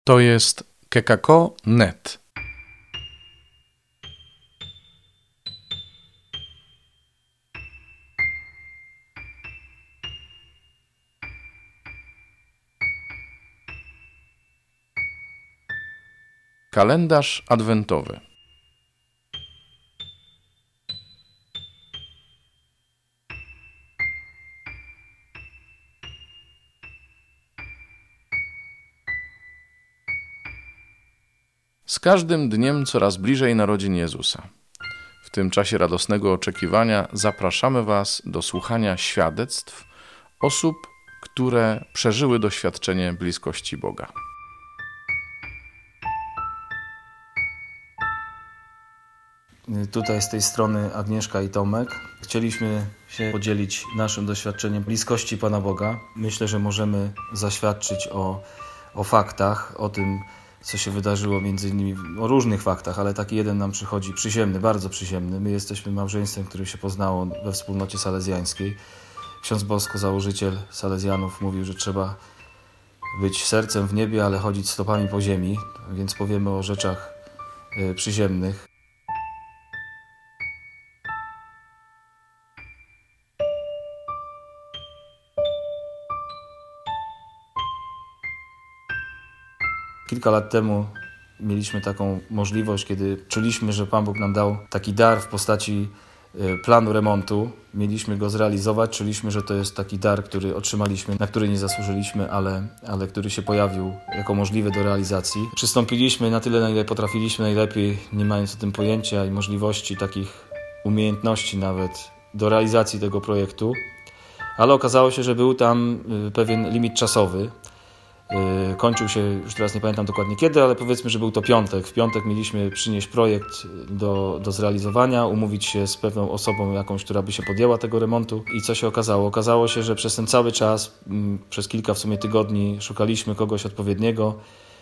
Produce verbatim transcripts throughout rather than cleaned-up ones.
To jest kekako kropka net. Kalendarz adwentowy. Z każdym dniem coraz bliżej narodzin Jezusa. W tym czasie radosnego oczekiwania zapraszamy Was do słuchania świadectw osób, które przeżyły doświadczenie bliskości Boga. Tutaj z tej strony Agnieszka i Tomek. Chcieliśmy się podzielić naszym doświadczeniem bliskości Pana Boga. Myślę, że możemy zaświadczyć o, o faktach, o tym, co się wydarzyło między innymi, o różnych faktach, ale taki jeden nam przychodzi przyziemny, bardzo przyziemny. My jesteśmy małżeństwem, które się poznało we wspólnocie salezjańskiej. Ksiądz Bosko, założyciel Salezjanów, mówił, że trzeba być sercem w niebie, ale chodzić stopami po ziemi, więc powiemy o rzeczach y, przyziemnych. Kilka lat temu mieliśmy taką możliwość, kiedy czuliśmy, że Pan Bóg nam dał taki dar w postaci planu remontu. Mieliśmy go zrealizować, czuliśmy, że to jest taki dar, który otrzymaliśmy, na który nie zasłużyliśmy, ale, ale który się pojawił jako możliwy do realizacji. Przystąpiliśmy na tyle, na ile potrafiliśmy najlepiej, nie mając o tym pojęcia i możliwości, takich umiejętności nawet do realizacji tego projektu, ale okazało się, że był tam pewien limit czasowy. Kończył się, już teraz nie pamiętam dokładnie kiedy, ale powiedzmy, że był to piątek. W piątek mieliśmy przynieść projekt do, do zrealizowania, umówić się z pewną osobą jakąś, która by się podjęła tego remontu. I co się okazało? Okazało się, że przez ten cały czas, przez kilka w sumie tygodni szukaliśmy kogoś odpowiedniego.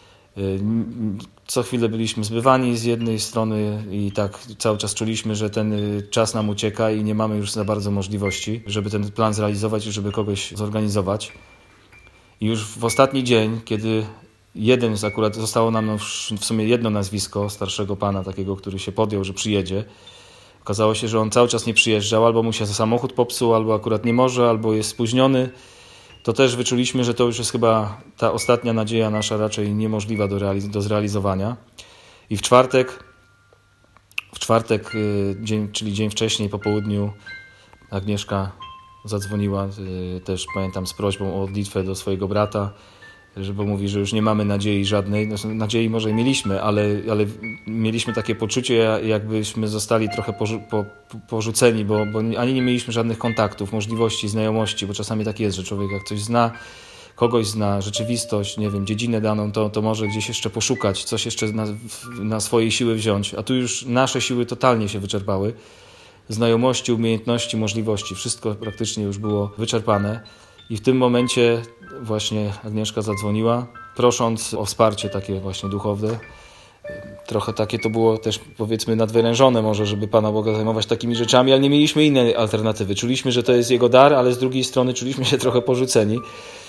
Co chwilę byliśmy zbywani z jednej strony i tak cały czas czuliśmy, że ten czas nam ucieka i nie mamy już za bardzo możliwości, żeby ten plan zrealizować i żeby kogoś zorganizować. I już w ostatni dzień, kiedy jeden z akurat zostało nam w sumie jedno nazwisko starszego pana, takiego, który się podjął, że przyjedzie. Okazało się, że on cały czas nie przyjeżdżał, albo mu się samochód popsuł, albo akurat nie może, albo jest spóźniony. To też wyczuliśmy, że to już jest chyba ta ostatnia nadzieja nasza raczej niemożliwa do, realiz- do zrealizowania. I w czwartek, w czwartek, dzień, czyli dzień wcześniej po południu, Agnieszka zadzwoniła y, też, pamiętam, z prośbą o modlitwę do swojego brata, żeby mówi, że już nie mamy nadziei żadnej. No, nadziei może mieliśmy, ale, ale mieliśmy takie poczucie, jakbyśmy zostali trochę porzu- po, porzuceni, bo, bo ani nie mieliśmy żadnych kontaktów, możliwości, znajomości, bo czasami tak jest, że człowiek jak coś zna, kogoś zna, rzeczywistość, nie wiem, dziedzinę daną, to, to może gdzieś jeszcze poszukać, coś jeszcze na, na swoje siły wziąć, a tu już nasze siły totalnie się wyczerpały. Znajomości, umiejętności, możliwości, wszystko praktycznie już było wyczerpane i w tym momencie właśnie Agnieszka zadzwoniła, prosząc o wsparcie takie właśnie duchowne. Trochę takie to było też, powiedzmy, nadwyrężone może, żeby Pana Boga zajmować takimi rzeczami, ale nie mieliśmy innej alternatywy. Czuliśmy, że to jest Jego dar, ale z drugiej strony czuliśmy się trochę porzuceni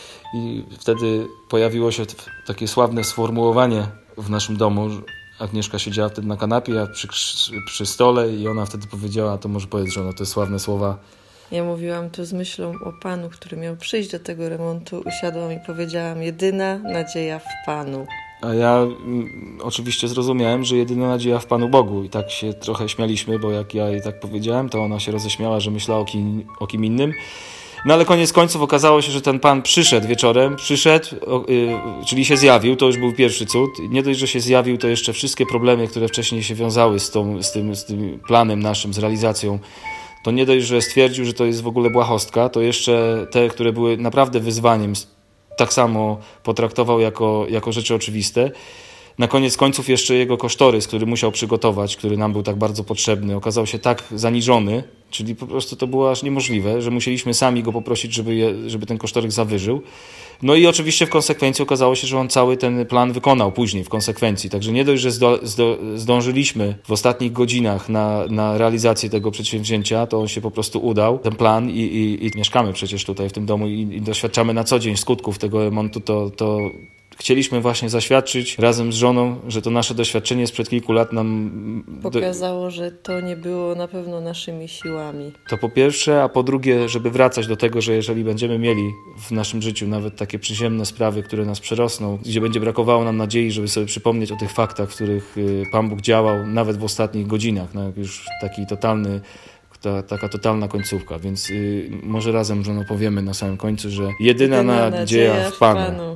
i wtedy pojawiło się takie sławne sformułowanie w naszym domu. Agnieszka siedziała wtedy na kanapie, a przy, przy stole i ona wtedy powiedziała, to może powiedz, że ono te sławne słowa. Ja mówiłam tu z myślą o Panu, który miał przyjść do tego remontu. Usiadłam i powiedziałam, jedyna nadzieja w Panu. A ja m, oczywiście zrozumiałem, że jedyna nadzieja w Panu Bogu. I tak się trochę śmialiśmy, bo jak ja jej tak powiedziałem, to ona się roześmiała, że myślała o kim, o kim innym. No ale koniec końców okazało się, że ten pan przyszedł wieczorem, przyszedł, yy, czyli się zjawił, to już był pierwszy cud. Nie dość, że się zjawił, to jeszcze wszystkie problemy, które wcześniej się wiązały z, tą, z, tym, z tym planem naszym, z realizacją, to nie dość, że stwierdził, że to jest w ogóle błahostka, to jeszcze te, które były naprawdę wyzwaniem, tak samo potraktował jako, jako rzeczy oczywiste. Na koniec końców jeszcze jego kosztorys, który musiał przygotować, który nam był tak bardzo potrzebny, okazał się tak zaniżony, czyli po prostu to było aż niemożliwe, że musieliśmy sami go poprosić, żeby, je, żeby ten kosztorys zawyżył. No i oczywiście w konsekwencji okazało się, że on cały ten plan wykonał później w konsekwencji. Także nie dość, że zdo, zdo, zdążyliśmy w ostatnich godzinach na, na realizację tego przedsięwzięcia, to on się po prostu udał, ten plan i, i, i mieszkamy przecież tutaj w tym domu i, i doświadczamy na co dzień skutków tego remontu, to, to chcieliśmy właśnie zaświadczyć razem z żoną, że to nasze doświadczenie sprzed kilku lat nam pokazało, że to nie było na pewno naszymi siłami. To po pierwsze, a po drugie, żeby wracać do tego, że jeżeli będziemy mieli w naszym życiu nawet takie przyziemne sprawy, które nas przerosną, gdzie będzie brakowało nam nadziei, żeby sobie przypomnieć o tych faktach, w których Pan Bóg działał nawet w ostatnich godzinach, no już taki totalny Ta, taka totalna końcówka, więc y, może razem żono powiemy na samym końcu, że jedyna, jedyna nadzieja, nadzieja w Panu. Panu.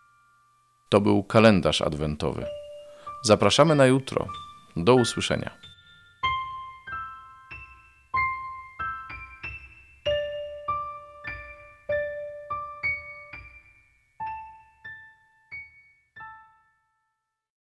To był kalendarz adwentowy. Zapraszamy na jutro. Do usłyszenia.